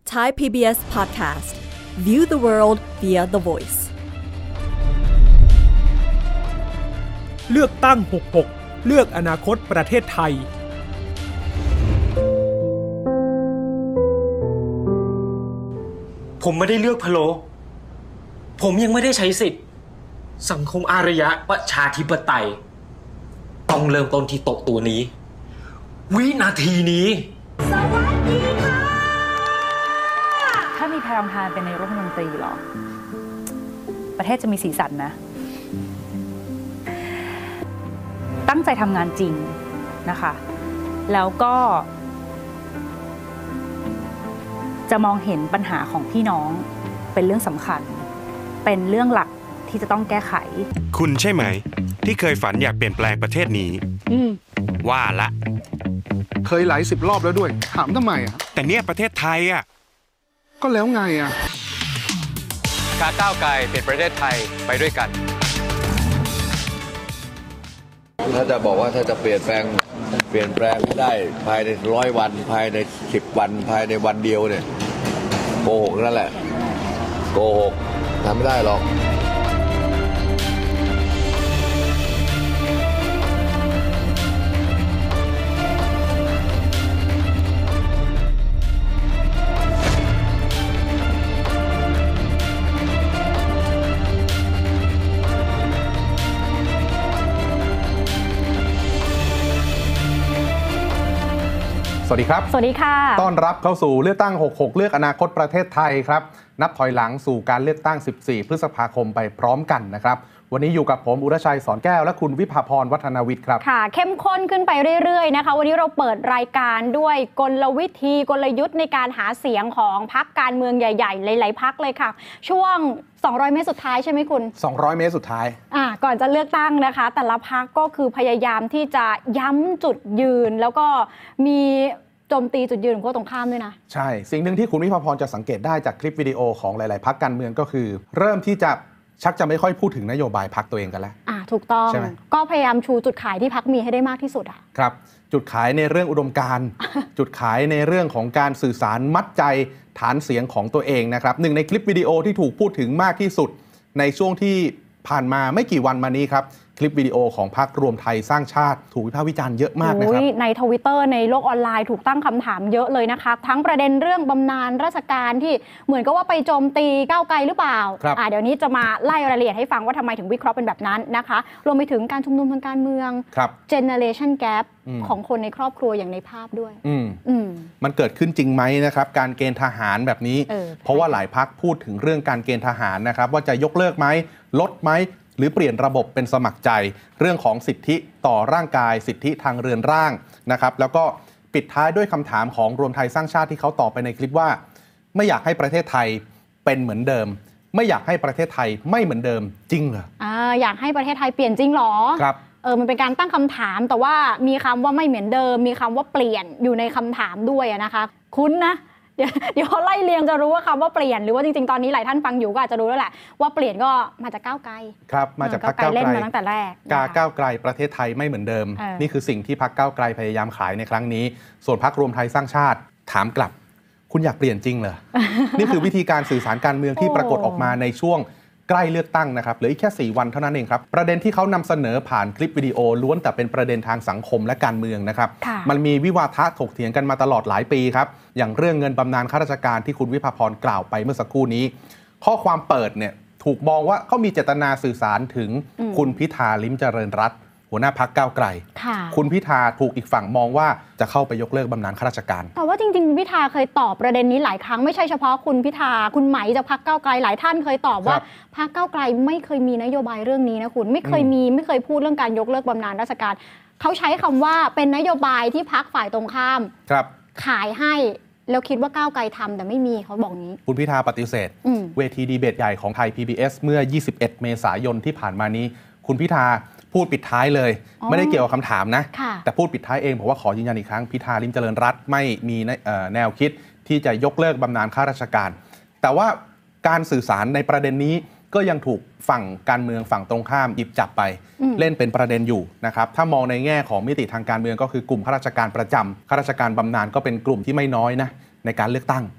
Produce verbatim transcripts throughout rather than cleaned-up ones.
Thai พี บี เอส Podcast View the world via the voice เลือกตั้งหกหกเลือกอนาคตประเทศไทยผมไม่ได้เลือกพะโล้ผมยังไม่ได้ใช้สิทธิ์สังคมอารยะประชาธิปไตยต้องเริ่มต้นที่โต๊ะตัวนี้วินาทีนี้สวัสดีค่ะถ้ามีแพรำพานเป็นนายกรัฐมนตรีหรอประเทศจะมีสีสันนะตั้งใจทำงานจริงนะคะแล้วก็จะมองเห็นปัญหาของพี่น้องเป็นเรื่องสำคัญเป็นเรื่องหลักที่จะต้องแก้ไขคุณใช่ไหมที่เคยฝันอยากเปลี่ยนแปลงประเทศนี้ว่าละเคยหลายสิบรอบแล้วด้วยถามทำไมอ่ะแต่เนี่ยประเทศไทยอ่ะก็แล้วไงอ่ะกาก้าวไกลเปลี่ยนประเทศไทยไปด้วยกันถ้าจะบอกว่าถ้าจะเปลี่ยนแปลงเปลี่ยนแปลงได้ภายในร้อยวันภายในสิบวันภายในวันเดียวเนี่ยโกหกนั่นแหละโกหกทำไม่ได้หรอกสวัสดีครับสวัสดีค่ะต้อนรับเข้าสู่เลือกตั้งหกหกเลือกอนาคตประเทศไทยครับนับถอยหลังสู่การเลือกตั้งสิบสี่พฤษภาคมไปพร้อมกันนะครับวันนี้อยู่กับผมอุรชัยสอนแก้วและคุณวิภาพรวัฒนาวิทย์ครับค่ะเข้มข้นขึ้นไปเรื่อยๆนะคะวันนี้เราเปิดรายการด้วยกลวิธีกลยุทธ์ในการหาเสียงของพรรคการเมืองใหญ่ๆหลายๆพรรคเลยค่ะช่วงสองร้อยเมตรสุดท้ายใช่ไหมคุณสองร้อยเมตรสุดท้ายอ่าก่อนจะเลือกตั้งนะคะแต่ละพรรคก็คือพยายามที่จะย้ำจุดยืนแล้วก็มีโจมตีจุดยืนของขั้วตรงข้ามด้วยนะใช่สิ่งหนึ่งที่คุณวิภาพรจะสังเกตได้จากคลิปวิดีโอของหลายๆพรรคการเมืองก็คือเริ่มที่จะชักจะไม่ค่อยพูดถึงนโยบายพรรคตัวเองกันแล้วอ่าถูกต้องก็พยายามชูจุดขายที่พรรคมีให้ได้มากที่สุดอ่ะครับจุดขายในเรื่องอุดมการณ์ จุดขายในเรื่องของการสื่อสารมัดใจฐานเสียงของตัวเองนะครับหนึ่งในคลิปวิดีโอที่ถูกพูดถึงมากที่สุดในช่วงที่ผ่านมาไม่กี่วันมานี้ครับคลิปวิดีโอของพรรครวมไทยสร้างชาติถูกวิพากษ์วิจารณ์เยอะมากนะครับใน Twitter ในโลกออนไลน์ถูกตั้งคำถามเยอะเลยนะคะทั้งประเด็นเรื่องบำนาญราชการที่เหมือนกับว่าไปโจมตีก้าวไกลหรือเปล่าอ่าเดี๋ยวนี้จะมาไล่รายละเอียดให้ฟังว่าทำไมถึงวิเคราะห์เป็นแบบนั้นนะคะรวมไปถึงการชุมนุมทางการเมือง Generation Gap ของคนในครอบครัวอย่างในภาพด้วยมันเกิดขึ้นจริงไหมนะครับการเกณฑ์ทหารแบบนี้เพราะว่าหลายพรรคพูดถึงเรื่องการเกณฑ์ทหารนะครับว่าจะยกเลิกไหมลดไหมหรือเปลี่ยนระบบเป็นสมัครใจเรื่องของสิทธิต่อร่างกายสิทธิทางเรือนร่างนะครับแล้วก็ปิดท้ายด้วยคำถามของรวมไทยสร้างชาติที่เขาตอบไปในคลิปว่าไม่อยากให้ประเทศไทยเป็นเหมือนเดิมไม่อยากให้ประเทศไทยไม่เหมือนเดิมจริงเหรออ่าอยากให้ประเทศไทยเปลี่ยนจริงเหรอครับเออมันเป็นการตั้งคำถามแต่ว่ามีคำว่าไม่เหมือนเดิมมีคำว่าเปลี่ยนอยู่ในคำถามด้วยนะคะคุ้นนะเดี๋ยวเดี๋ยวไล่เรียงจะรู้ว่าคำว่าเปลี่ยนหรือว่าจริงๆตอนนี้หลายท่านฟังอยู่ก็อาจจะรู้แล้วแหละว่าเปลี่ยนก็มาจากก้าวไกลครับมาจากพรรคก้าวไกลเล่นมาตั้งแต่แรกกาก้าวไกลประเทศไทยไม่เหมือนเดิมนี่คือสิ่งที่พรรคก้าวไกลพยายามขายในครั้งนี้ส่วนพรรครวมไทยสร้างชาติถามกลับคุณอยากเปลี่ยนจริงเหรอ นี่คือวิธีการสื่อสารการเมืองที่ปรากฏออกมาในช่วงใกล้เลือกตั้งนะครับเหลืออีกแค่สี่วันเท่านั้นเองครับประเด็นที่เขานำเสนอผ่านคลิปวิดีโอล้วนแต่เป็นประเด็นทางสังคมและการเมืองนะครับมันมีวิวาทะถกเถียงกันมาตลอดหลายปีครับอย่างเรื่องเงินบำนาญข้าราชการที่คุณวิภาพรกล่าวไปเมื่อสักครู่นี้ข้อความเปิดเนี่ยถูกมองว่าเขามีเจตนาสื่อสารถึงคุณพิธาลิ้มเจริญรัตน์หัวหน้าพรรคก้าวไกลคุณพิธาถูกอีกฝั่งมองว่าจะเข้าไปยกเลิกบำนาญข้าราชการแต่ว่าจริงๆพิธาเคยตอบประเด็นนี้หลายครั้งไม่ใช่เฉพาะคุณพิธาคุณไหมจากพรรคก้าวไกลหลายท่านเคยตอบว่าพรรคก้าวไกลไม่เคยมีนโยบายเรื่องนี้นะคุณไม่เคยมีไม่เคยพูดเรื่องการยกเลิกบำนาญราชการเขาใช้คำว่าเป็นนโยบายที่พรรคฝ่ายตรงข้ามขายให้แล้วคิดว่าก้าวไกลทำแต่ไม่มีเขาบอกนี้คุณพิธาปฏิเสธเวทีดีเบตใหญ่ของไทย พี บี เอส เมื่อยี่สิบเอ็ดเมษายนที่ผ่านมานี้คุณพิธาพูดปิดท้ายเลยไม่ได้เกี่ยวกับคำถามนะแต่พูดปิดท้ายเองบอกว่าขอยืนยันอีกครั้งพิธาลิ้มเจริญรัตน์ไม่มีแนวคิดที่จะยกเลิกบำนาญข้าราชการแต่ว่าการสื่อสารในประเด็นนี้ก็ยังถูกฝั่งการเมืองฝั่งตรงข้ามหยิบจับไปเล่นเป็นประเด็นอยู่นะครับถ้ามองในแง่ของมิติทางการเมืองก็คือกลุ่มข้าราชการประจำข้าราชการบำนาญก็เป็นกลุ่มที่ไม่น้อยนะในการเลือกตั้ง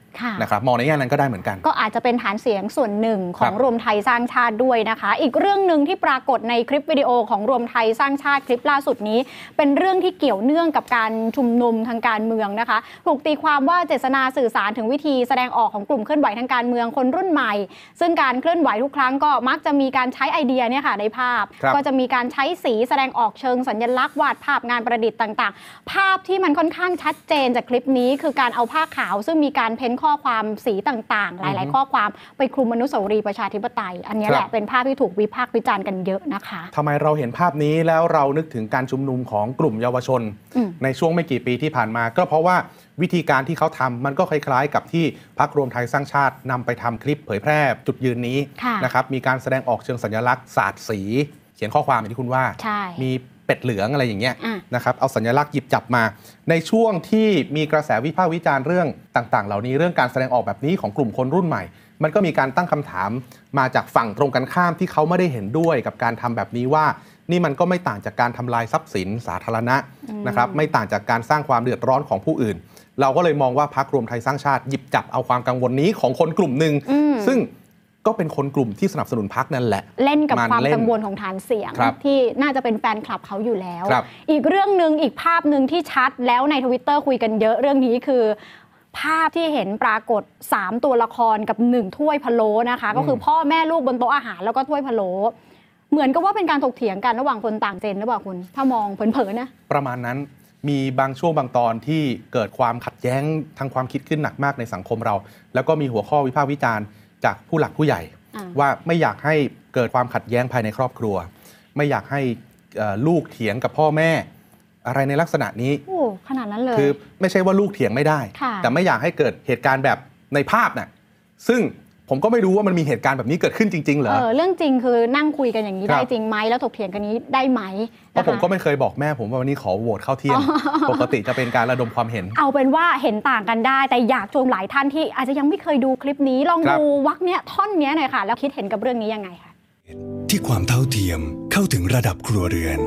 นะครับมองในแง่นั้นก็ได้เหมือนกันก็อาจจะเป็นฐานเสียงส่วนหนึ่งของรวมไทยสร้างชาติด้วยนะคะอีกเรื่องนึงที่ปรากฏในคลิปวิดีโอของรวมไทยสร้างชาติคลิปล่าสุดนี้เป็นเรื่องที่เกี่ยวเนื่องกับการชุมนุมทางการเมืองนะคะถูกตีความว่าเจตนาสื่อสารถึงวิธีแสดงออกของกลุ่มเคลื่อนไหวทางการเมืองคนรุ่นใหม่ซึ่งการเคลื่อนไหวทุกครั้งก็มักจะมีการใช้ไอเดียเนี่ยค่ะในภาพก็จะมีการใช้สีแสดงออกเชิงสัญลักษณ์วาดภาพงานประดิษฐ์ต่างๆภาพที่มันค่อนข้างชัดเจนจากคลิปนี้คือการเอาผ้าขาวซึ่งมีการเพ้นข้อความสีต่างๆหลายๆข้อความไปคลุมอนุสาวรีย์ประชาธิปไตยอันนี้แหละเป็นภาพที่ถูกวิพากษ์วิจารณ์กันเยอะนะคะทำไมเราเห็นภาพนี้แล้วเรานึกถึงการชุมนุมของกลุ่มเยาวชนในช่วงไม่กี่ปีที่ผ่านมาก็เพราะว่าวิธีการที่เขาทำมันก็คล้ายๆกับที่พรรครวมไทยสร้างชาตินำไปทำคลิปเผยแพร่จุดยืนนี้นะครับมีการแสดงออกเชิงสัญลักษณ์สาดสีเขียนข้อความอย่างที่คุณว่ามีเป็ดเหลืองอะไรอย่างเงี้ยนะครับเอาสัญลักษณ์หยิบจับมาในช่วงที่มีกระแสวิพากษ์วิจารณ์เรื่องต่างๆเหล่านี้เรื่องการแสดงออกแบบนี้ของกลุ่มคนรุ่นใหม่มันก็มีการตั้งคำถามมาจากฝั่งตรงกันข้ามที่เขาไม่ได้เห็นด้วยกับการทำแบบนี้ว่านี่มันก็ไม่ต่างจากการทำลายทรัพย์สินสาธารณะนะครับไม่ต่างจากการสร้างความเดือดร้อนของผู้อื่นเราก็เลยมองว่าพรรครวมไทยสร้างชาติหยิบจับเอาความกังวลนี้ของคนกลุ่มหนึ่งซึ่งก็เป็นคนกลุ่มที่สนับสนุนพรรคนั่นแหละเล่นกับความกังวลของฐานเสียงที่น่าจะเป็นแฟนคลับเขาอยู่แล้วอีกเรื่องนึงอีกภาพนึงที่ชัดแล้วใน Twitter คุยกันเยอะเรื่องนี้คือภาพที่เห็นปรากฏสามตัวละครกับหนึ่งถ้วยพะโล้นะคะก็คือพ่อแม่ลูกบนโต๊ะอาหารแล้วก็ถ้วยพะโล้เหมือนกับว่าเป็นการถกเถียงกันระหว่างคนต่างเจนหรือเปล่าคุณถ้ามองเผินๆนะประมาณนั้นมีบางช่วงบางตอนที่เกิดความขัดแย้งทางความคิดขึ้นหนักมากในสังคมเราแล้วก็มีหัวข้อวิพากษ์วิจารณ์จากผู้หลักผู้ใหญ่ว่าไม่อยากให้เกิดความขัดแย้งภายในครอบครัวไม่อยากให้ลูกเถียงกับพ่อแม่อะไรในลักษณะนี้โอ้ขนาดนั้นเลยคือไม่ใช่ว่าลูกเถียงไม่ได้แต่ไม่อยากให้เกิดเหตุการณ์แบบในภาพน่ะซึ่งผมก็ไม่รู้ว่ามันมีเหตุการณ์แบบนี้เกิดขึ้นจริงๆเหรอเออเรื่องจริงคือนั่งคุยกันอย่างนี้ได้จริงไหมแล้วถกเถียงกันนี้ได้ไหมเพราะผมก็ไม่เคยบอกแม่ผมว่าวันนี้ขอโหวตเข้าเที่ยงปกติจะเป็นการระดมความเห็นเอาเป็นว่าเห็นต่างกันได้แต่อยากชวนหลายท่านที่อาจจะยังไม่เคยดูคลิปนี้ลองดูวรรคเนี้ยท่อนเนี้ยหน่อยค่ะแล้วคิดเห็นกับเรื่องนี้ยังไงคะที่ความเท่าเทียมเข้าถึงระดับครัวเรือน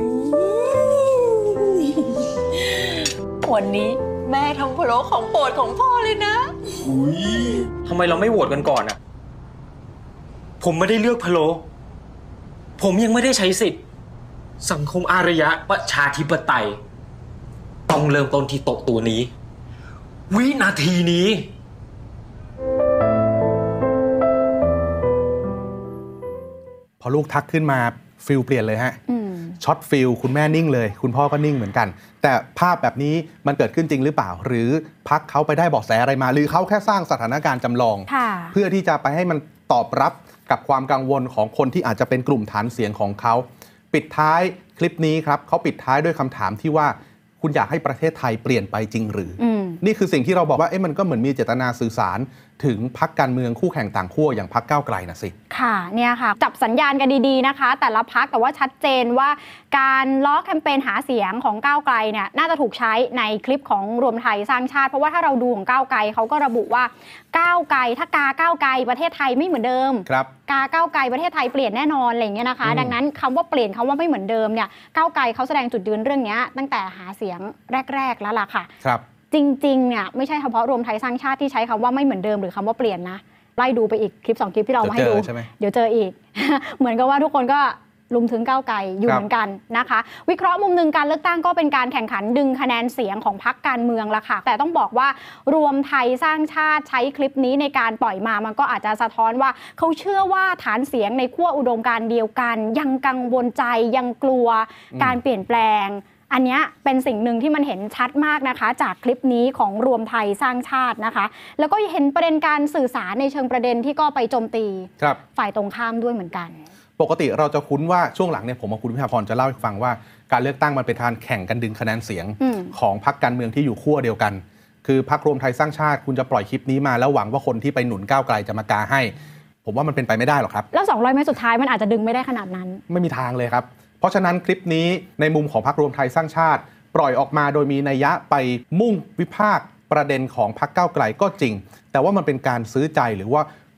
วันนี้แม่ทำพะโล้ของโปรดของพ่อเลยนะทำไมเราไม่โหวตกันก่อนอ่ะผมไม่ได้เลือกพะโล้ผมยังไม่ได้ใช้สิทธิ์สังคมอารยะประชาธิปไตยต้องเริ่มต้นที่โต๊ะตัวนี้วินาทีนี้พอลูกทักขึ้นมาฟิลเปลี่ยนเลยฮะช็อตฟิลคุณแม่นิ่งเลยคุณพ่อก็นิ่งเหมือนกันแต่ภาพแบบนี้มันเกิดขึ้นจริงหรือเปล่าหรือพรรคเขาไปได้เบาะแสอะไรมาหรือเขาแค่สร้างสถานการณ์จำลองเพื่อที่จะไปให้มันตอบรับกับความกังวลของคนที่อาจจะเป็นกลุ่มฐานเสียงของเขาปิดท้ายคลิปนี้ครับเขาปิดท้ายด้วยคำถามที่ว่าคุณอยากให้ประเทศไทยเปลี่ยนไปจริงหรือนี่คือสิ่งที่เราบอกว่าเอ๊ะมันก็เหมือนมีเจตนาสื่อสารถึงพรรคการเมืองคู่แข่งต่างขั้วอย่างพรรคก้าวไกลนะสิค่ะเนี่ยค่ะจับสัญญาณกันดีๆนะคะแต่ละพรรคแต่ว่าชัดเจนว่าการล้อแคมเปญหาเสียงของก้าวไกลเนี่ยน่าจะถูกใช้ในคลิปของรวมไทยสร้างชาติเพราะว่าถ้าเราดูของก้าวไกลเขาก็ระบุว่าก้าวไกลถ้ากาก้าวไกลประเทศไทยไม่เหมือนเดิมครับกาก้าวไกลประเทศไทยเปลี่ยนแน่นอนอะไรอย่างเงี้ยนะคะดังนั้นคำว่าเปลี่ยนคำว่าไม่เหมือนเดิมเนี่ยก้าวไกลเขาแสดงจุดยืนเรื่องนี้ตั้งแต่หาเสียงแรกๆแล้วล่ะค่ะครับจริงๆเนี่ยไม่ใช่เฉพาะรวมไทยสร้างชาติที่ใช้คำว่าไม่เหมือนเดิมหรือคำว่าเปลี่ยนนะไล่ดูไปอีกคลิปสองคลิปที่เรามาให้ดูเดี๋ยวเจออีก เหมือนกับว่าทุกคนก็ลุมถึงก้าวไกลอยู่เหมือนกันนะคะวิเคราะห์มุมหนึ่งการเลือกตั้งก็เป็นการแข่งขันดึงคะแนนเสียงของพรรคการเมืองละค่ะแต่ต้องบอกว่ารวมไทยสร้างชาติใช้คลิปนี้ในการปล่อยมามันก็อาจจะสะท้อนว่าเขาเชื่อว่าฐานเสียงในขั้วอุดมการณ์เดียวกันยังกังวลใจยังกลัวการเปลี่ยนแปลงอันนี้เป็นสิ่งหนึ่งที่มันเห็นชัดมากนะคะจากคลิปนี้ของรวมไทยสร้างชาตินะคะแล้วก็เห็นประเด็นการสื่อสารในเชิงประเด็นที่ก็ไปโจมตีฝ่ายตรงข้ามด้วยเหมือนกันปกติเราจะคุ้นว่าช่วงหลังเนี่ยผมกับคุณวิภาพรจะเล่าให้ฟังว่าการเลือกตั้งมันเป็นการแข่งกันดึงคะแนนเสียงของพรรคการเมืองที่อยู่ขั้วเดียวกันคือพรรครวมไทยสร้างชาติคุณจะปล่อยคลิปนี้มาแล้วหวังว่าคนที่ไปหนุนก้าวไกลจะมากาให้ผมว่ามันเป็นไปไม่ได้หรอกครับแล้วสองร้อยเมตรสุดท้ายมันอาจจะดึงไม่ได้ขนาดนั้นไม่มีทางเลยครับเพราะฉะนั้นคลิปนี้ในมุมของพรรครวมไทยสร้างชาติปล่อยออกมาโดยมีนัยยะไปมุ่งวิพากษ์ประเด็นของพรรคก้าวไกลก็จริงแต่ว่ามันเป็นการซื้อใจหรือว่า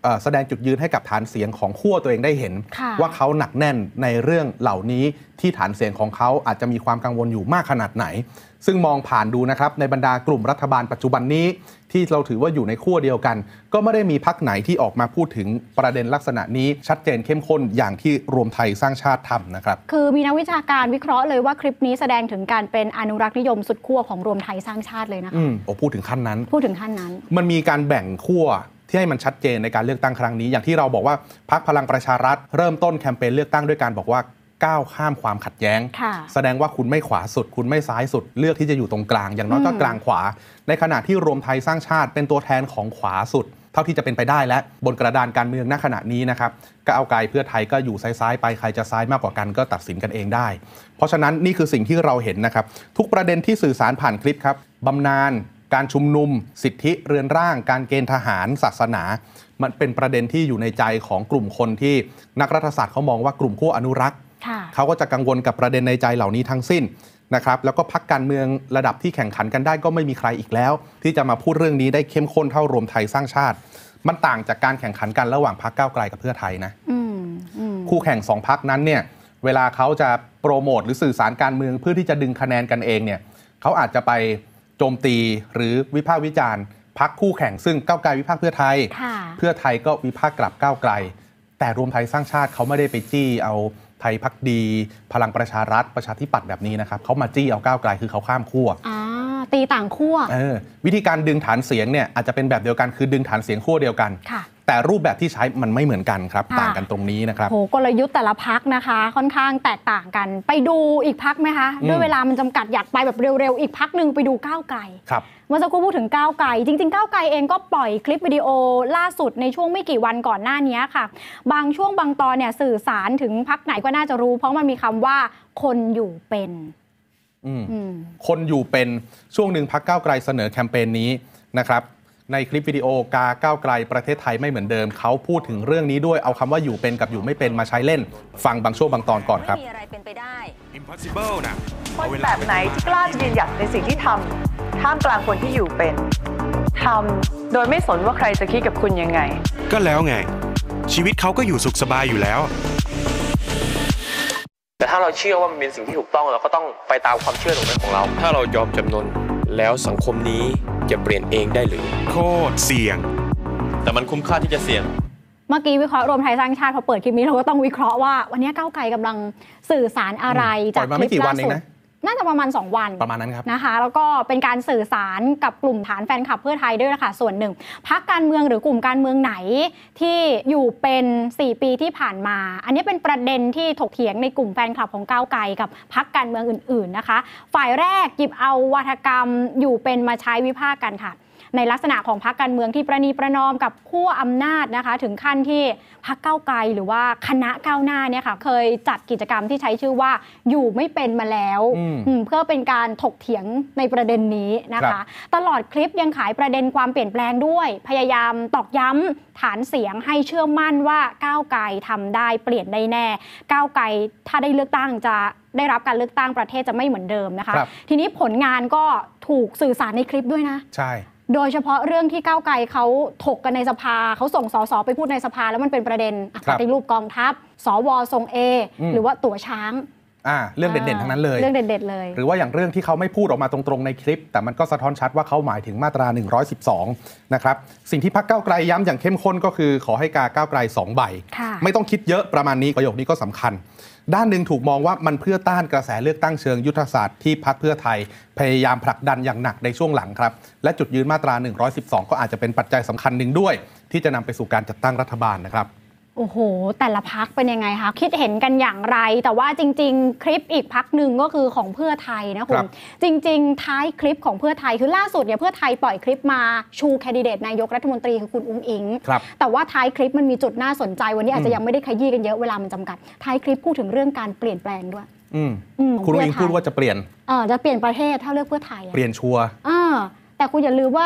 แสดงจุดยืนให้กับฐานเสียงของขั้วตัวเองได้เห็นว่าเขาหนักแน่นในเรื่องเหล่านี้ที่ฐานเสียงของเขาอาจจะมีความกังวลอยู่มากขนาดไหนซึ่งมองผ่านดูนะครับในบรรดากลุ่มรัฐบาลปัจจุบันนี้ที่เราถือว่าอยู่ในขั้วเดียวกันก็ไม่ได้มีพรรคไหนที่ออกมาพูดถึงประเด็นลักษณะนี้ชัดเจนเข้มข้นอย่างที่รวมไทยสร้างชาติทำนะครับคือมีนักวิชาการวิเคราะห์เลยว่าคลิปนี้แสดงถึงการเป็นอนุรักษ์นิยมสุดขั้วของรวมไทยสร้างชาติเลยนะคะอืมโอ้พูดถึงขั้นนั้นพูดถึงขั้นนั้นมันมีการแบ่งขั้วที่ให้มันชัดเจนในการเลือกตั้งครั้งนี้อย่างที่เราบอกว่าพรรคพลังประชารัฐเริ่มต้นแคมเปญเลือกตั้งด้วยการบอกว่าก้าวข้ามความขัดแย้งแสดงว่าคุณไม่ขวาสุดคุณไม่ซ้ายสุดเลือกที่จะอยู่ตรงกลางอย่างน้อยก็กลางขวาในขณะที่รวมไทยสร้างชาติเป็นตัวแทนของขวาสุดเท่าที่จะเป็นไปได้และบนกระดานการเมืองณขณะนี้นะครับก้าวไกลเพื่อไทยก็อยู่ซ้ายๆไปใครจะซ้ายมากกว่ากันก็ตัดสินกันเองได้เพราะฉะนั้นนี่คือสิ่งที่เราเห็นนะครับทุกประเด็นที่สื่อสารผ่านคลิปครับบำนาญการชุมนุมสิทธิเรือนร่างการเกณฑ์ทหารศาสนามันเป็นประเด็นที่อยู่ในใจของกลุ่มคนที่นักรัฐศาสตร์เขามองว่ากลุ่มขั้วอนุรักษ์เขาก็จะกังวลกับประเด็นในใจเหล่านี้ทั้งสิ้นนะครับแล้วก็พรรคการเมืองระดับที่แข่งขันกันได้ก็ไม่มีใครอีกแล้วที่จะมาพูดเรื่องนี้ได้เข้มข้นเท่ารวมไทยสร้างชาติมันต่างจากการแข่งขันกันระหว่างพรรคก้าวไกลกับเพื่อไทยนะคู่แข่งสองพรรคนั้นเนี่ยเวลาเขาจะโปรโมทหรือสื่อสารการเมืองเพื่อที่จะดึงคะแนนกันเองเนี่ยเขาอาจจะไปโจมตีหรือวิพากษ์วิจารณ์พรรคคู่แข่งซึ่งก้าวไกลวิพากษ์เพื่อไทยเพื่อไทยก็วิพากษ์กลับก้าวไกลแต่รวมไทยสร้างชาติเขาไม่ได้ไปจี้เอาไทยพักดีพลังประชารัฐประชาธิปัตย์แบบนี้นะครับเขามาจี้เอาก้าวไกลคือเขาข้ามขั้วตีต่างขั้ววิธีการดึงฐานเสียงเนี่ยอาจจะเป็นแบบเดียวกันคือดึงฐานเสียงขั้วเดียวกันแต่รูปแบบที่ใช้มันไม่เหมือนกันครับต่างกันตรงนี้นะครับโหกลยุทธ์แต่ละพรรคนะคะค่อนข้างแตกต่างกันไปดูอีกพรรคไหมคะด้วยเวลามันจำกัดอยากไปแบบเร็วๆอีกพรรคหนึ่งไปดูก้าวไกลครับเมื่อสักครู่พูดถึงก้าวไกลจริงๆก้าวไกลเองก็ปล่อยคลิปวิดีโอล่าสุดในช่วงไม่กี่วันก่อนหน้านี้ค่ะบางช่วงบางตอนเนี่ยสื่อสารถึงพรรคไหนก็น่าจะรู้เพราะมันมีคำว่าคนอยู่เป็นคนอยู่เป็นช่วงหนึ่งพรรคก้าวไกลเสนอแคมเปญนี้นะครับในคลิปวิดีโอกาก้าวไกลประเทศไทยไม่เหมือนเดิมเขาพูดถึงเรื่องนี้ด้วยเอาคำว่าอยู่เป็นกับอยู่ไม่เป็นมาใช้เล่นฟังบางช่วงบางตอนก่อนครับไม่มีอะไรเป็นไปได้ impossible นะคนแบบไหนที่กล้าจะยืนหยัดในสิ่งที่ทำท่ามกลางคนที่อยู่เป็นทำโดยไม่สนว่าใครจะคิดกับคุณยังไงก็แล้วไงชีวิตเขาก็อยู่สุขสบายอยู่แล้วแต่ถ้าเราเชื่อว่ามันเป็นสิ่งที่ถูกต้องเราก็ต้องไปตามความเชื่อตรงนั้นของเราถ้าเรายอมจำนนแล้วสังคมนี้จะเปลี่ยนเองได้หรือโคตรเสี่ยงแต่มันคุ้มค่าที่จะเสี่ยงเมื่อกี้วิเคราะห์รวมไทยสร้างชาติพอเปิดคลิปนี้เราก็ต้องวิเคราะห์ว่าวันนี้ก้าวไกลกำลังสื่อสารอะไรจากคลิปล่าสุดน่าจะประมาณสองวันประมาณนั้นครับนะคะแล้วก็เป็นการสื่อสารกับกลุ่มฐานแฟนคลับเพื่อไทยด้วยนะคะส่วนหนึ่งพรรคการเมืองหรือกลุ่มการเมืองไหนที่อยู่เป็นสี่ปีที่ผ่านมาอันนี้เป็นประเด็นที่ถกเถียงในกลุ่มแฟนคลับของก้าวไกลกับพรรคการเมืองอื่นๆนะคะฝ่ายแรกหยิบเอาวาทกรรมอยู่เป็นมาใช้วิพากษ์กันค่ะในลักษณะของพรรคการเมืองที่ประนีประนอมกับขั้วอำนาจนะคะถึงขั้นที่พรรคก้าวไกลหรือว่าคณะก้าวหน้าเนี่ยค่ะเคยจัดกิจกรรมที่ใช้ชื่อว่าอยู่ไม่เป็นมาแล้วเพื่อเป็นการถกเถียงในประเด็นนี้นะคะตลอดคลิปยังขายประเด็นความเปลี่ยนแปลงด้วยพยายามตอกย้ำฐานเสียงให้เชื่อมั่นว่าก้าวไกลทำได้เปลี่ยนได้แน่ก้าวไกลถ้าได้เลือกตั้งจะได้รับการเลือกตั้งประเทศจะไม่เหมือนเดิมนะคะทีนี้ผลงานก็ถูกสื่อสารในคลิปด้วยนะใช่โดยเฉพาะเรื่องที่ก้าวไกลเขาถกกันในสภาเขาส่งสสไปพูดในสภาแล้วมันเป็นประเด็นปฏิรูปกองทัพสวทรงเอหรือว่าตั๋วช้างอ่าเรื่องเด่นๆทั้งนั้นเลยเรื่องเด่นๆเลยหรือว่าอย่างเรื่องที่เขาไม่พูดออกมาตรงๆในคลิปแต่มันก็สะท้อนชัดว่าเขาหมายถึงมาตราหนึ่งร้อยสิบสองนะครับสิ่งที่พรรคก้าวไกลย้ำอย่างเข้มข้นก็คือขอให้กาก้าวไกลสองใบไม่ต้องคิดเยอะประมาณนี้ประโยคนี้ก็สำคัญด้านหนึ่งถูกมองว่ามันเพื่อต้านกระแสเลือกตั้งเชิงยุทธศาสตร์ที่พรรคเพื่อไทยพยายามผลักดันอย่างหนักในช่วงหลังครับและจุดยืนมาตราหนึ่งร้อยสิบสองก็อาจจะเป็นปัจจัยสำคัญหนึ่งด้วยที่จะนำไปสู่การจัดตั้งรัฐบาลนะครับโอ้โหแต่ละพรรคเป็นยังไงคะคิดเห็นกันอย่างไรแต่ว่าจริงๆคลิปอีกพรรคหนึ่งก็คือของเพื่อไทยนะคุณจริงๆท้ายคลิปของเพื่อไทยคือล่าสุดเนี่ยเพื่อไทยปล่อยคลิปมาชูแคนดิเดตนายกรัฐมนตรีคือคุณอุ๊งอิ๊งแต่ว่าท้ายคลิปมันมีจุดน่าสนใจวันนี้อาจจะยังไม่ได้ขยี้กันเยอะเวลามันจำกัดท้ายคลิปพูดถึงเรื่องการเปลี่ยนแปลงด้วยคุณอุ๊งอิ๊งพูดว่าจะเปลี่ยนเออจะเปลี่ยนประเทศถ้าเลือกเพื่อไทยเปลี่ยนชัวร์แต่คุณอย่าลืมว่า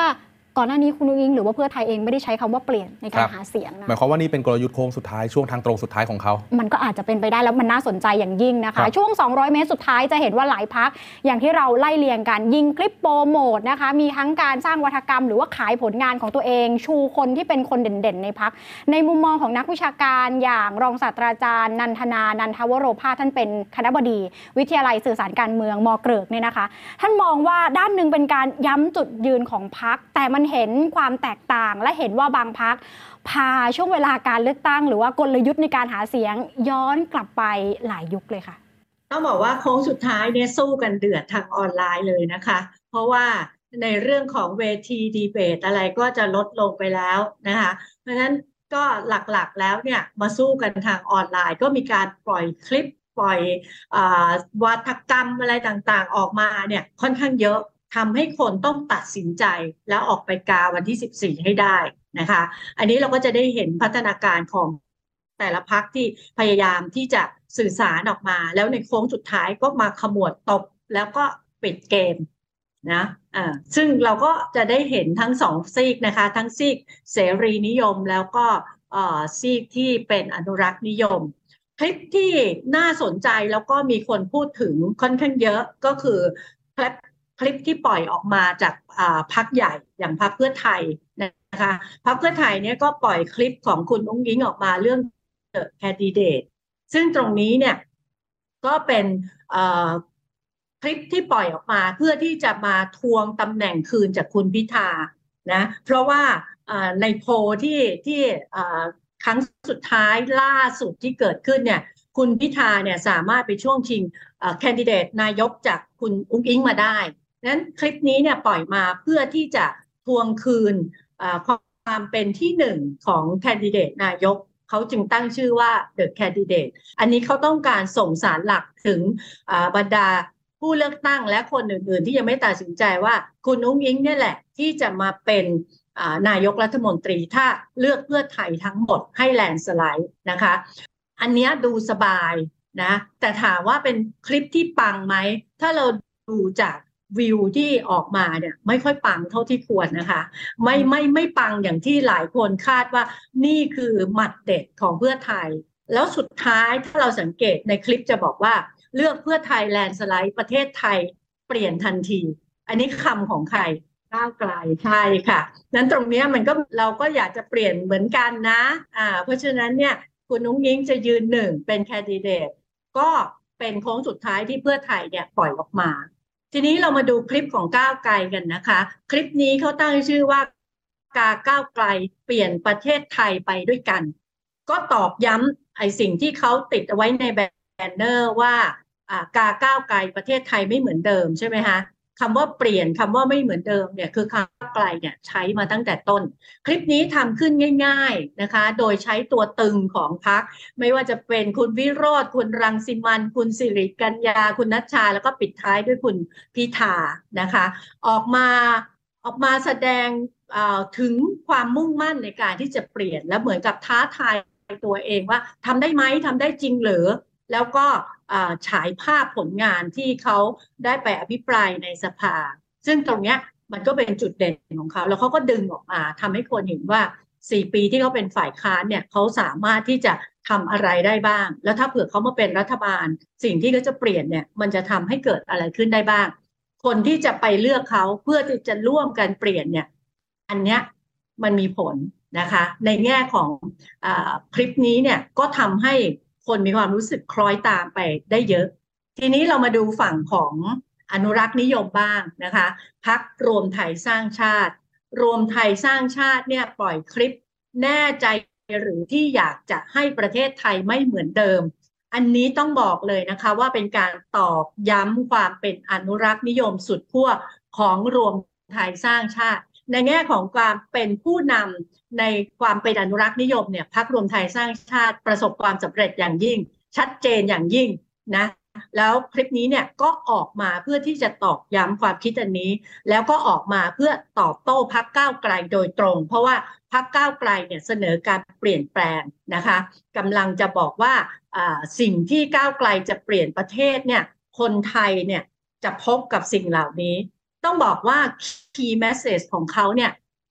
ก่อนหน้านี้คุณนุ้งอิงหรือว่าเพื่อไทยเองไม่ได้ใช้คำว่าเปลี่ยนในการหาเสียงนะหมายความว่านี่เป็นกลยุทธ์โค้งสุดท้ายช่วงทางตรงสุดท้ายของเขามันก็อาจจะเป็นไปได้แล้วมันน่าสนใจอย่างยิ่งนะคะช่วงสองร้อยเมตรสุดท้ายจะเห็นว่าหลายพรรคอย่างที่เราไล่เรียงกันยิงคลิปโปรโมทนะคะมีทั้งการสร้างวัฒกรรมหรือว่าขายผลงานของตัวเองชูคนที่เป็นคนเด่นๆในพรรคในมุมมองของนักวิชาการอย่างรองศาสตราจารย์นันทนานันทวโรภาสท่านเป็นคณบดีวิทยาลัยสื่อสารการเมืองม.เกริกเนี่ยนะคะท่านมองว่าด้านนึงเป็นการย้ำจุดยืนของพรรคแต่มันเห็นความแตกต่างและเห็นว่าบางพรรคพาช่วงเวลาการเลือกตั้งหรือว่ากลยุทธ์ในการหาเสียงย้อนกลับไปหลายยุคเลยค่ะต้องบอกว่าโค้งสุดท้ายเนี่ยสู้กันเดือดทางออนไลน์เลยนะคะเพราะว่าในเรื่องของเวทีดีเบตอะไรก็จะลดลงไปแล้วนะคะเพราะฉะนั้นก็หลักๆแล้วเนี่ยมาสู้กันทางออนไลน์ก็มีการปล่อยคลิปปล่อยอ่าวาทกรรมอะไรต่างๆออกมาเนี่ยค่อนข้างเยอะทำให้คนต้องตัดสินใจแล้วออกไปกาวันที่สิบสี่ให้ได้นะคะอันนี้เราก็จะได้เห็นพัฒนาการของแต่ละพรรคที่พยายามที่จะสื่อสารออกมาแล้วในโค้งสุดท้ายก็มาขมวดตบแล้วก็ปิดเกมนะอ่าซึ่งเราก็จะได้เห็นทั้งสองซีกนะคะทั้งซีกเสรีนิยมแล้วก็เอ่อซีกที่เป็นอนุรักษ์นิยมคลิปที่น่าสนใจแล้วก็มีคนพูดถึงค่อนข้างเยอะก็คือคลิปคลิปที่ปล่อยออกมาจากพรรคใหญ่อย่างพรรคเพื่อไทยนะคะพรรคเพื่อไทยเนี่ยก็ปล่อยคลิปของคุณอุ้งอิงออกมาเรื่อง The Candidate ซึ่งตรงนี้เนี่ยก็เป็นคลิปที่ปล่อยออกมาเพื่อที่จะมาทวงตำแหน่งคืนจากคุณพิธานะเพราะว่าในโพลที่ที่ครั้งสุดท้ายล่าสุดที่เกิดขึ้นเนี่ยคุณพิธาเนี่ยสามารถไปช่วงชิงแคนดิเดตนายกจากคุณอุ้งอิงมาได้นั้นคลิปนี้เนี่ยปล่อยมาเพื่อที่จะทวงคืนความเป็นที่หนึ่งของแคนดิเดตนายกเขาจึงตั้งชื่อว่า The Candidate อันนี้เขาต้องการส่งสารหลักถึงบรรดาผู้เลือกตั้งและคนอื่นๆที่ยังไม่ตัดสินใจว่าคุณอุ้งอิงเนี่ยแหละที่จะมาเป็นนายกรัฐมนตรีถ้าเลือกเพื่อไทยทั้งหมดให้แลนด์สไลด์นะคะอันนี้ดูสบายนะแต่ถามว่าเป็นคลิปที่ปังไหมถ้าเราดูจากวิวที่ออกมาเนี่ยไม่ค่อยปังเท่าที่ควรนะคะไม่ไม่ไม่ปังอย่างที่หลายคนคาดว่านี่คือหมัดเด็ดของเพื่อไทยแล้วสุดท้ายถ้าเราสังเกตในคลิปจะบอกว่าเลือกเพื่อไทยแลนด์สไลด์ประเทศไทยเปลี่ยนทันทีอันนี้คำของใครก้าวไกลใช่ค่ะนั้นตรงนี้มันก็เราก็อยากจะเปลี่ยนเหมือนกันนะอ่าเพราะฉะนั้นเนี่ยคุณนุ้งยิงจะยืนหนึ่งเป็นแคนดิเดตก็เป็นโค้งสุดท้ายที่เพื่อไทยเนี่ยปล่อยออกมาทีนี้เรามาดูคลิปของก้าวไกลกันนะคะคลิปนี้เขาตั้งชื่อว่ากาก้าวไกลเปลี่ยนประเทศไทยไปด้วยกันก็ตอกย้ำไอ้สิ่งที่เขาติดเอาไว้ในแบนเนอร์ว่าอ่ากาก้าวไกลประเทศไทยไม่เหมือนเดิมใช่ไหมคะคำว่าเปลี่ยนคำว่าไม่เหมือนเดิมเนี่ยคือก้าวไกลเนี่ยใช้มาตั้งแต่ต้นคลิปนี้ทำขึ้นง่ายๆนะคะโดยใช้ตัวตึงของพรรคไม่ว่าจะเป็นคุณวิโรจน์คุณรังสิมันต์คุณสิริกัญญาคุณณัชชาแล้วก็ปิดท้ายด้วยคุณพิธานะคะออกมาออกมาแสดงถึงความมุ่งมั่นในการที่จะเปลี่ยนและเหมือนกับท้าทายตัวเองว่าทำได้ไหมทำได้จริงหรือแล้วก็ฉายภาพผลงานที่เขาได้ไปอภิปรายในสภาซึ่งตรงเนี้ยมันก็เป็นจุดเด่นของเขาแล้วเขาก็ดึงออกมาทำให้คนเห็นว่าสี่ปีที่เขาเป็นฝ่ายค้านเนี่ยเขาสามารถที่จะทำอะไรได้บ้างแล้วถ้าเผื่อเขามาเป็นรัฐบาลสิ่งที่เขาจะเปลี่ยนเนี่ยมันจะทำให้เกิดอะไรขึ้นได้บ้างคนที่จะไปเลือกเขาเพื่อที่จะร่วมกันเปลี่ยนเนี่ยอันเนี้ยมันมีผลนะคะในแง่ของอ่าคลิปนี้เนี่ยก็ทำให้คนมีความรู้สึกคล้อยตามไปได้เยอะทีนี้เรามาดูฝั่งของอนุรักษ์นิยมบ้างนะคะพรรครวมไทยสร้างชาติรวมไทยสร้างชาติเนี่ยปล่อยคลิปแน่ใจหรือที่อยากจะให้ประเทศไทยไม่เหมือนเดิมอันนี้ต้องบอกเลยนะคะว่าเป็นการตอกย้ำความเป็นอนุรักษ์นิยมสุดขั้วของรวมไทยสร้างชาติในแง่ของความเป็นผู้นำในความเป็นอนุรักษ์นิยมเนี่ยพรรครวมไทยสร้างชาติประสบความสำเร็จอย่างยิ่งชัดเจนอย่างยิ่งนะแล้วคลิปนี้เนี่ยก็ออกมาเพื่อที่จะตอกย้ำความคิดอันนี้แล้วก็ออกมาเพื่อตอบโต้พรรคก้าวไกลโดยตรงเพราะว่าพรรคก้าวไกลเนี่ยเสนอการเปลี่ยนแปลงนะคะกำลังจะบอกว่าสิ่งที่ก้าวไกลจะเปลี่ยนประเทศเนี่ยคนไทยเนี่ยจะพบกับสิ่งเหล่านี้ต้องบอกว่า key message ของเขาเนี่ย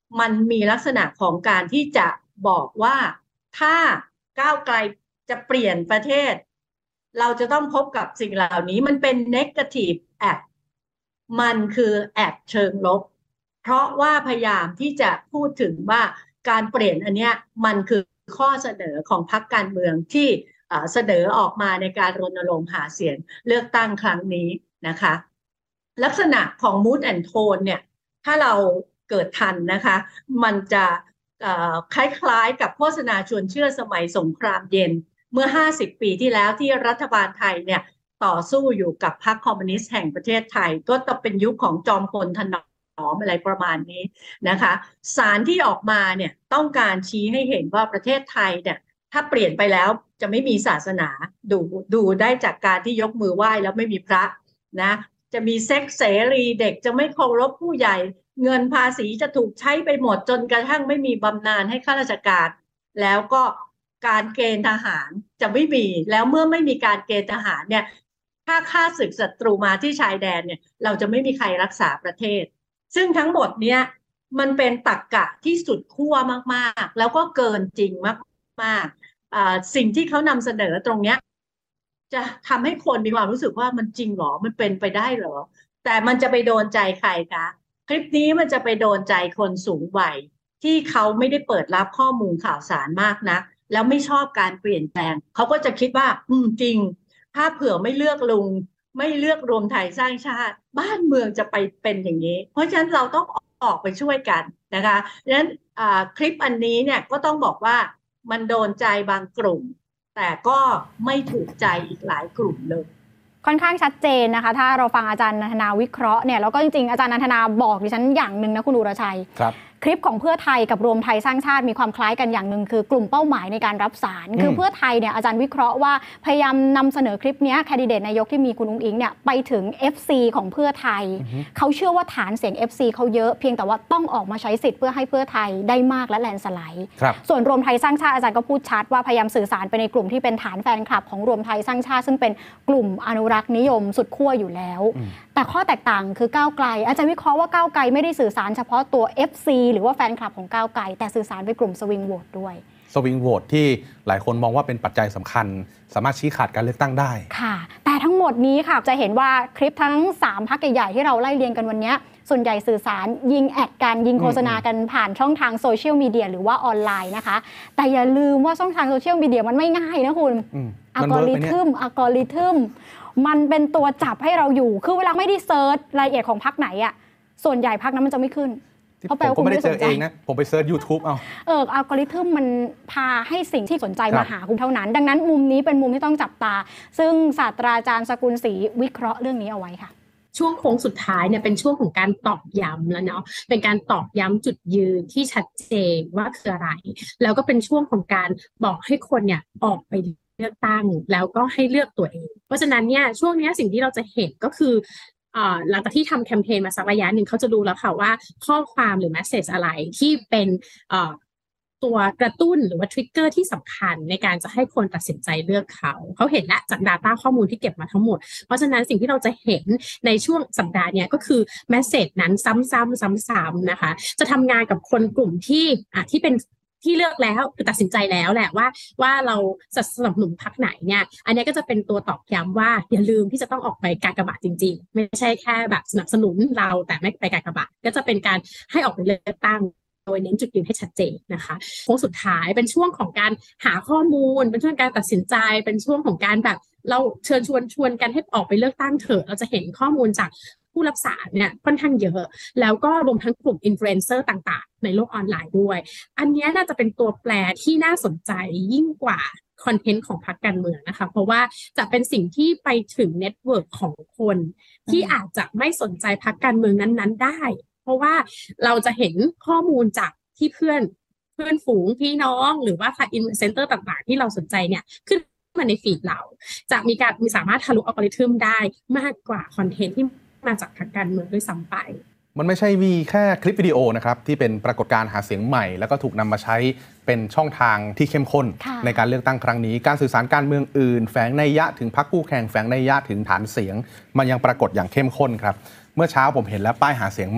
มันมีลักษณะของการที่จะบอกว่าถ้าก้าวไกลจะเปลี่ยนประเทศเราจะต้องพบกับสิ่งเหล่านี้มันเป็น negative act มันคือ act เชิงลบเพราะว่าพยายามที่จะพูดถึงว่าการเปลี่ยนอันเนี้ยมันคือข้อเสนอของพรรคการเมืองที่เสนอออกมาในการรณรงค์หาเสียงเลือกตั้งครั้งนี้นะคะลักษณะของ mood and tone เนี่ยถ้าเราเกิดทันนะคะมันจะคล้ายๆกับโฆษณาชวนเชื่อสมัยสงครามเย็นเมื่อห้าสิบปีที่แล้วที่รัฐบาลไทยเนี่ยต่อสู้อยู่กับพรรคคอมมิวนิสต์แห่งประเทศไทยก็จะเป็นยุคของจอมพลถนอมอะไรประมาณนี้นะคะสารที่ออกมาเนี่ยต้องการชี้ให้เห็นว่าประเทศไทยเนี่ยถ้าเปลี่ยนไปแล้วจะไม่มีศาสนาดูดูได้จากการที่ยกมือไหว้แล้วไม่มีพระนะจะมีเซ็กเสรีเด็กจะไม่เคารพผู้ใหญ่เงินภาษีจะถูกใช้ไปหมดจนกระทั่งไม่มีบำนาญให้ข้าราชการแล้วก็การเกณฑ์ทหารจะไม่มีแล้วเมื่อไม่มีการเกณฑ์ทหารเนี่ยถ้าฆ่าศึกศัตรูมาที่ชายแดนเนี่ยเราจะไม่มีใครรักษาประเทศซึ่งทั้งหมดเนี่ยมันเป็นตรรกะที่สุดขั้วมากๆแล้วก็เกินจริงมากๆสิ่งที่เขานำเสนอตรงเนี้ยจะทำให้คนมีความรู้สึกว่ามันจริงหรอมันเป็นไปได้หรอแต่มันจะไปโดนใจใครคะคลิปนี้มันจะไปโดนใจคนสูงวัยที่เขาไม่ได้เปิดรับข้อมูลข่าวสารมากนะแล้วไม่ชอบการเปลี่ยนแปลงเขาก็จะคิดว่าอืมจริงถ้าเผื่อไม่เลือกลุงไม่เลือกรวมไทยสร้างชาติบ้านเมืองจะไปเป็นอย่างนี้เพราะฉะนั้นเราต้องออกไปช่วยกันนะคะดังนั้นคลิปอันนี้เนี่ยก็ต้องบอกว่ามันโดนใจบางกลุ่มแต่ก็ไม่ถูกใจอีกหลายกลุ่มเลยค่อนข้างชัดเจนนะคะถ้าเราฟังอาจารย์นันทนาวิเคราะห์เนี่ยแล้วก็จริงๆอาจารย์นันทนาบอกดิฉันอย่างหนึ่งนะคุณอุรชัยครับคลิปของเพื่อไทยกับรวมไทยสร้างชาติมีความคล้ายกันอย่างหนึ่งคือกลุ่มเป้าหมายในการรับสารคือเพื่อไทยเนี่ยอาจารย์วิเคราะห์ว่าพยายามนำเสนอคลิปนี้แคนดิเดตนายกที่มีคุณอุ๊งอิ๊งเนี่ยไปถึง เอฟ ซี ของเพื่อไทยเขาเชื่อว่าฐานเสียง เอฟ ซี เขาเยอะเพียงแต่ว่าต้องออกมาใช้สิทธิ์เพื่อให้เพื่อไทยได้มากและแลนด์สไลด์ส่วนรวมไทยสร้างชาติอาจารย์ก็พูดชัดว่าพยายามสื่อสารไปในกลุ่มที่เป็นฐานแฟนคลับของรวมไทยสร้างชาติซึ่งเป็นกลุ่มอนุรักษ์นิยมสุดขั้วอยู่แล้วแต่ข้อแตกต่างคือก้าวไกลอาจารย์วิเคราะห์ว่าก้าวไกลไม่ได้สื่อสารเฉพาะตัว เอฟ ซี หรือว่าแฟนคลับของก้าวไกลแต่สื่อสารไปกลุ่มสวิงโหวตด้วยสวิงโหวตที่หลายคนมองว่าเป็นปัจจัยสำคัญสามารถชี้ขาดการเลือกตั้งได้ค่ะแต่ทั้งหมดนี้ค่ะจะเห็นว่าคลิปทั้งสามพรรคใหญ่ๆที่เราไล่เรียงกันวันนี้ส่วนใหญ่สื่อสารยิงแอดกันยิงโฆษณากันผ่านช่องทางโซเชียลมีเดียหรือว่าออนไลน์นะคะแต่อย่าลืมว่าช่องทางโซเชียลมีเดียมันไม่ง่ายนะคุณอัลกอริทึมอัลกอริทึมมันเป็นตัวจับให้เราอยู่คือเวลาไม่ได้เซิร์ชรายละเอียดของพรรคไหนอ่ะส่วนใหญ่พรรคนั้นมันจะไม่ขึ้นเพราะแปลว่าคุณไม่ได้เจอเองนะผมไปเซิร์ช YouTube เอาเอออัลกอริทึมมันพาให้สิ่งที่สนใจมาหาคุณเท่านั้นดังนั้นมุมนี้เป็นมุมที่ต้องจับตาซึ่งศาสตราจารย์สกุลศรีวิเคราะห์เรื่องนี้เอาไว้ค่ะช่วงโค้งสุดท้ายเนี่ยเป็นช่วงของการตอกย้ำแล้วเนาะเป็นการตอกย้ำจุดยืนที่ชัดเจนว่าคืออะไรแล้วก็เป็นช่วงของการบอกให้คนเนี่ยออกไปเลือกตั้งแล้วก็ให้เลือกตัวเองเพราะฉะนั้นเนี่ยช่วงนี้สิ่งที่เราจะเห็นก็คือหลังจากที่ทำแคมเปญมาสักระยะหนึ่งเขาจะดูแล้วค่ะว่าข้อความหรือแมสเสจอะไรที่เป็นตัวกระตุ้นหรือว่าทริกเกอร์ที่สำคัญในการจะให้คนตัดสินใจเลือกเขาเขาเห็นและจาก Data ข้อมูลที่เก็บมาทั้งหมดเพราะฉะนั้นสิ่งที่เราจะเห็นในช่วงสัปดาห์นี้ก็คือแมสเสจนั้นซ้ำๆซ้ำๆนะคะจะทำงานกับคนกลุ่มที่อ่ะที่เป็นที่เลือกแล้วคือตัดสินใจแล้วแหละว่าว่าเราจะสนับสนุนพรรคไหนเนี่ยอันนี้ก็จะเป็นตัวตอกย้ำว่าอย่าลืมที่จะต้องออกไปกากบาทจริงๆไม่ใช่แค่แบบสนับสนุนเราแต่ไม่ไปกากบาทก็จะเป็นการให้ออกไปเลือกตั้งโดยเน้นจุดยืนให้ชัดเจนนะคะโค้งสุดท้ายเป็นช่วงของการหาข้อมูลเป็นช่วงการตัดสินใจเป็นช่วงของการแบบเราเชิญชวนชวนกันให้ออกไปเลือกตั้งเถอะเราจะเห็นข้อมูลจากผู้รับสารเนี่ยค่อนข้างเยอะแล้วก็รวมทั้งกลุ่มอินฟลูเอนเซอร์ต่างๆในโลกออนไลน์ด้วยอันนี้น่าจะเป็นตัวแปรที่น่าสนใจยิ่งกว่าคอนเทนต์ของพรรคการเมืองนะคะเพราะว่าจะเป็นสิ่งที่ไปถึงเน็ตเวิร์กของคนที่อาจจะไม่สนใจพรรคการเมืองนั้นๆได้เพราะว่าเราจะเห็นข้อมูลจากที่เพื่อนเพื่อนฝูงพี่น้องหรือว่าค่ะอินเซนเตอร์ต่างๆที่เราสนใจเนี่ยขึ้นมาในฟีดเราจะมีการมีสามารถทะลุอัลกอริทึมได้มากกว่าคอนเทนต์ที่มาจากทางการเมืองด้วยซ้ำไปมันไม่ใช่มีแค่คลิปวิดีโอนะครับที่เป็นปรากฏการณ์หาเสียงใหม่แล้วก็ถูกนำมาใช้เป็นช่องทางที่เข้มข้นในการเลือกตั้งครั้งนี้การสื่อสารการเมืองอื่นแฝงนัยยะถึงพรรคคู่แข่งแฝงนัยยะถึงฐานเสียงมันยังปรากฏอย่างเข้มข้นครับเมื่อเช้าผมเห็นแล้วป้ายหาเสียงใหม่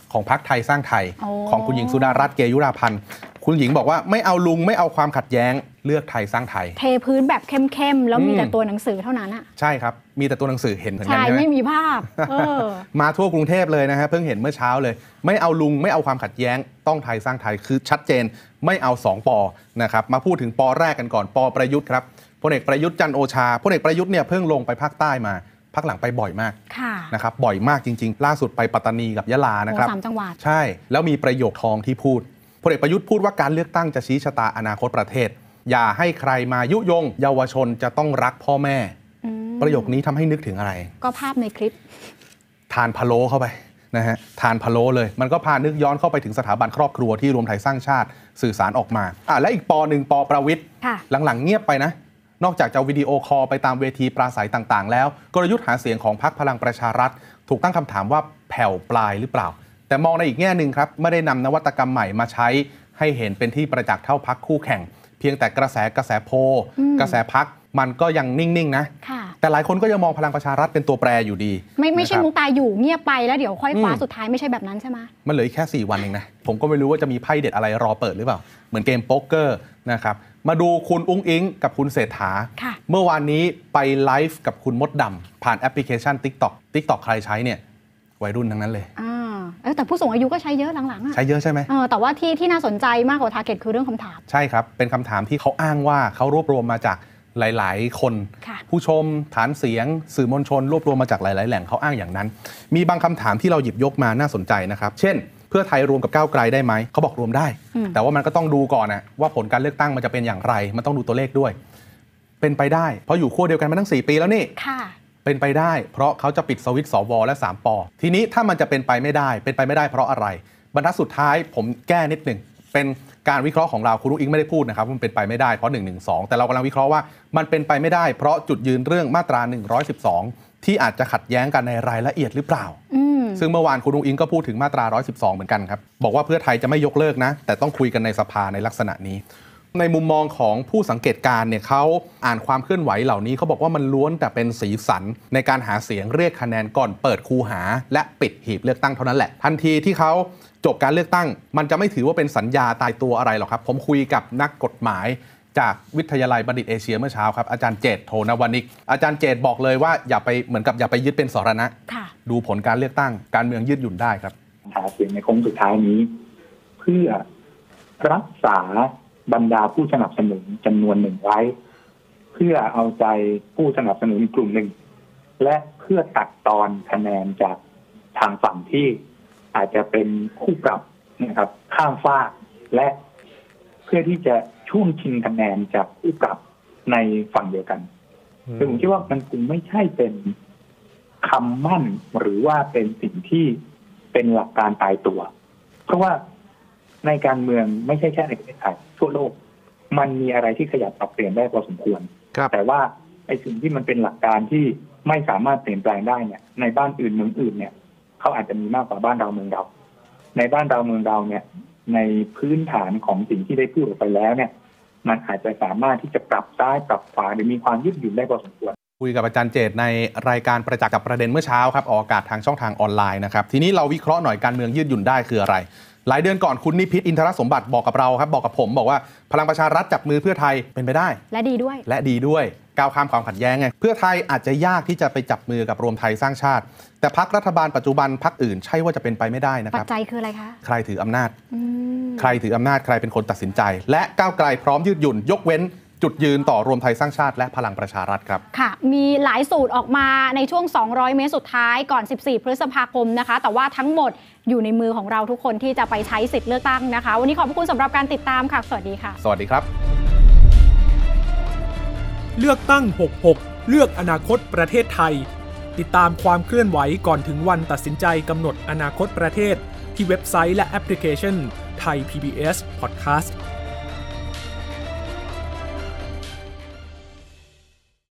ของพรรคไทยสร้างไทยของคุณหญิงสุดารัตน์เกยุราพันธ์คุณหญิงบอกว่าไม่เอาลุงไม่เอาความขัดแย้งเลือกไทยสร้างไทยเทพื้นแบบเข้มๆแล้วมีแต่ตัวหนังสือเท่านั้นอ่ะใช่ครับมีแต่ตัวหนังสือเห็นเหมือนกันใช่ไหมไม่มีภาพเออมาทั่วกรุงเทพเลยนะฮะเพิ่งเห็นเมื่อเช้าเลยไม่เอาลุงไม่เอาความขัดแย้งต้องไทยสร้างไทยคือชัดเจนไม่เอาสองปอนะครับมาพูดถึงปอแรกกันก่อนปอประยุทธ์ครับพลเอกประยุทธ์จันทร์โอชาพลเอกประยุทธ์เนี่ยเพิ่งลงไปภาคใต้มาพักหลังไปบ่อยมากนะครับบ่อยมากจริงๆล่าสุดไปปัตตานีกับยะลานะครับสามจังหวัดใช่แล้วมีประโยคทองที่พูดพลเอกประยุทธ์พูดว่าการเลือกตั้งจะชี้ชะตาอนาคตประเทศอย่าให้ใครมายุยงเยาวชนจะต้องรักพ่อแม่ประโยคนี้ทำให้นึกถึงอะไรก็ภาพในคลิปทานพะโล้เข้าไปนะฮะทานพะโล้เลยมันก็พานึกย้อนเข้าไปถึงสถาบันครอบครัวที่รวมไทยสร้างชาติสื่อสารออกมาอ่ะและอีกปอหนึ่งปอประวิตรหลังๆเงียบไปนะนอกจากจะวิดีโอคอลไปตามเวทีปราศัยต่างๆแล้วกลยุทธ์หาเสียงของพรรคพลังประชารัฐถูกตั้งคำถามว่าแผ่วปลายหรือเปล่าแต่มองในอีกแง่หนึ่งครับไม่ได้นำนวัตกรรมใหม่มาใช้ให้เห็นเป็นที่ประจักษ์เท่าพรรคคู่แข่งเพียงแต่กระแสกระแสโพลกระแสพรรคมันก็ยังนิ่งๆนะแต่หลายคนก็ยังมองพลังประชารัฐเป็นตัวแปรอยู่ดีไม่ไม่ใช่มุงตาอยู่เงียบไปแล้วเดี๋ยวค่อยคว้าสุดท้ายไม่ใช่แบบนั้นใช่ไหมมันเหลือแค่สี่วันเองนะผมก็ไม่รู้ว่าจะมีไพ่เด็ดอะไรรอเปิดหรือเปล่าเหมือนเกมโป๊กเกอร์นะครับมาดูคุณอุ้งอิงกับคุณเศรษฐาเมื่อวานนี้ไปไลฟ์กับคุณมดดำผ่านแอปพลิเคชัน TikTok TikTok ใครใช้เนี่ยวัยรุ่นทั้งนั้นเลยแต่ผู้สูงอายุก็ใช้เยอะหลังๆอ่ะใช้เยอะใช่ไหมแต่ว่าที่ที่น่าสนใจมากกว่า target คือเรื่องคำถามใช่ครับเป็นคำถามที่เขาอ้างว่าเขารวบรวมมาจากหลายๆคนผู้ชมฐานเสียงสื่อมวลชนรวบรวมมาจากหลายๆแหล่งเขาอ้างอย่างนั้นมีบางคำถามที่เราหยิบยกมาน่าสนใจนะครับเช่นเพื่อไทยรวมกับก้าวไกลได้ไหมเขาบอกรวมได้แต่ว่ามันก็ต้องดูก่อนนะว่าผลการเลือกตั้งมันจะเป็นอย่างไรมันต้องดูตัวเลขด้วยเป็นไปได้เพราะอยู่ขั้วเดียวกันมาตั้งสี่ปีแล้วนี่เป็นไปได้เพราะเขาจะปิดสวิตช์สวและสามปทีนี้ถ้ามันจะเป็นไปไม่ได้เป็นไปไม่ได้เพราะอะไรบรรทัดสุดท้ายผมแก้นิดหนึ่งเป็นการวิเคราะห์ของเราคุณลูกอิงไม่ได้พูดนะครับมันเป็นไปไม่ได้เพราะหนึ่ง หนึ่ง สองแต่เรากำลังวิเคราะห์ว่ามันเป็นไปไม่ได้เพราะจุดยืนเรื่องมาตราหนึ่งร้อยสิบสองที่อาจจะขัดแย้งกันในรายละเอียดหรือเปล่าซึ่งเมื่อวานคุณลูกอิงก็พูดถึงมาตราหนึ่งร้อยสิบสองเหมือนกันครับบอกว่าเพื่อไทยจะไม่ยกเลิกนะแต่ต้องคุยกันในสภาในลักษณะนี้ในมุมมองของผู้สังเกตการณ์เนี่ยเขาอ่านความเคลื่อนไหวเหล่านี้เขาบอกว่ามันล้วนแต่เป็นสีสันในการหาเสียงเรียกคะแนนก่อนเปิดคูหาและปิดหีบเลือกตั้งเท่านั้นแหละทันทีที่เขาจบการเลือกตั้งมันจะไม่ถือว่าเป็นสัญญาตายตัวอะไรหรอกครับผมคุยกับนักกฎหมายจากวิทยาลัยบัณฑิตเอเชียเมื่อเช้าครับอาจารย์เจตโทนวนิกอาจารย์เจตบอกเลยว่าอย่าไปเหมือนกับอย่าไปยึดเป็นสรณะดูผลการเลือกตั้งการเมืองยืดหยุ่นได้ครับหาเสียงในโค้งสุดท้ายนี้เพื่อรักษาบรรดาผู้สนับสนุนจำนวนหนึ่งไว้เพื่อเอาใจผู้สนับสนุนกลุ่มหนึ่งและเพื่อตัดตอนคะแนนจากทางฝั่งที่อาจจะเป็นคู่ปรับนะครับข้ามฟากและเพื่อที่จะช่วงชิงคะแนนจากคู่ปรับในฝั่งเดียวกันแต่ผมคิดว่ามันคงไม่ใช่เป็นคำมั่นหรือว่าเป็นสิ่งที่เป็นหลักการตายตัวเพราะว่าในการเมืองไม่ใช่แค่ในประเทศไทยทั่วโลกมันมีอะไรที่ขยับปรับเปลี่ยนได้พอสมควรแต่ว่าไอ้สิ่งที่มันเป็นหลักการที่ไม่สามารถเปลี่ยนแปลงได้เนี่ยในบ้านอื่นเมืองอื่นเนี่ยเขาอาจจะมีมากกว่าบ้านเราเมืองเราในบ้านเราเมืองเราเนี่ยในพื้นฐานของสิ่งที่ได้พูดออกไปแล้วเนี่ยมันอาจจะสามารถที่จะปรับซ้ายปรับขวาหรือมีความยืดหยุ่นได้พอสมควรคุยกับอาจารย์เจตในรายการประจักษ์กับประเด็นเมื่อเช้าครับออกอากาศทางช่องทางออนไลน์นะครับทีนี้เราวิเคราะห์หน่อยการเมืองยืดหยุ่นได้คืออะไรหลายเดือนก่อนคุณนิพิษอินทรสมบัติบอกกับเราครับบอกกับผมบอกว่าพลังประชารัฐจับมือเพื่อไทยเป็นไปได้และดีด้วยและดีด้วยก้าวข้ามความขัดแย้งไงเพื่อไทยอาจจะยากที่จะไปจับมือกับรวมไทยสร้างชาติแต่พรรครัฐบาลปัจจุบันพรรคอื่นใช่ว่าจะเป็นไปไม่ได้นะครับปัจจัยคืออะไรคะใครถืออำนาจใครถืออำนาจใครเป็นคนตัดสินใจและก้าวไกลพร้อมยืดหยุ่นยกเว้นจุดยืนต่อรวมไทยสร้างชาติและพลังประชารัฐครับค่ะมีหลายสูตรออกมาในช่วงสองร้อยเมตรสุดท้ายก่อนสิบสี่พฤษภาคมนะคะแต่ว่าทั้งหมดอยู่ในมือของเราทุกคนที่จะไปใช้สิทธิ์เลือกตั้งนะคะวันนี้ขอบคุณสำหรับการติดตามค่ะสวัสดีค่ะสวัสดีครับเลือกตั้งหกสิบหกเลือกอนาคตประเทศไทยติดตามความเคลื่อนไหวก่อนถึงวันตัดสินใจกำหนดอนาคตประเทศที่เว็บไซต์และแอปพลิเคชัน Thai พี บี เอส Podcast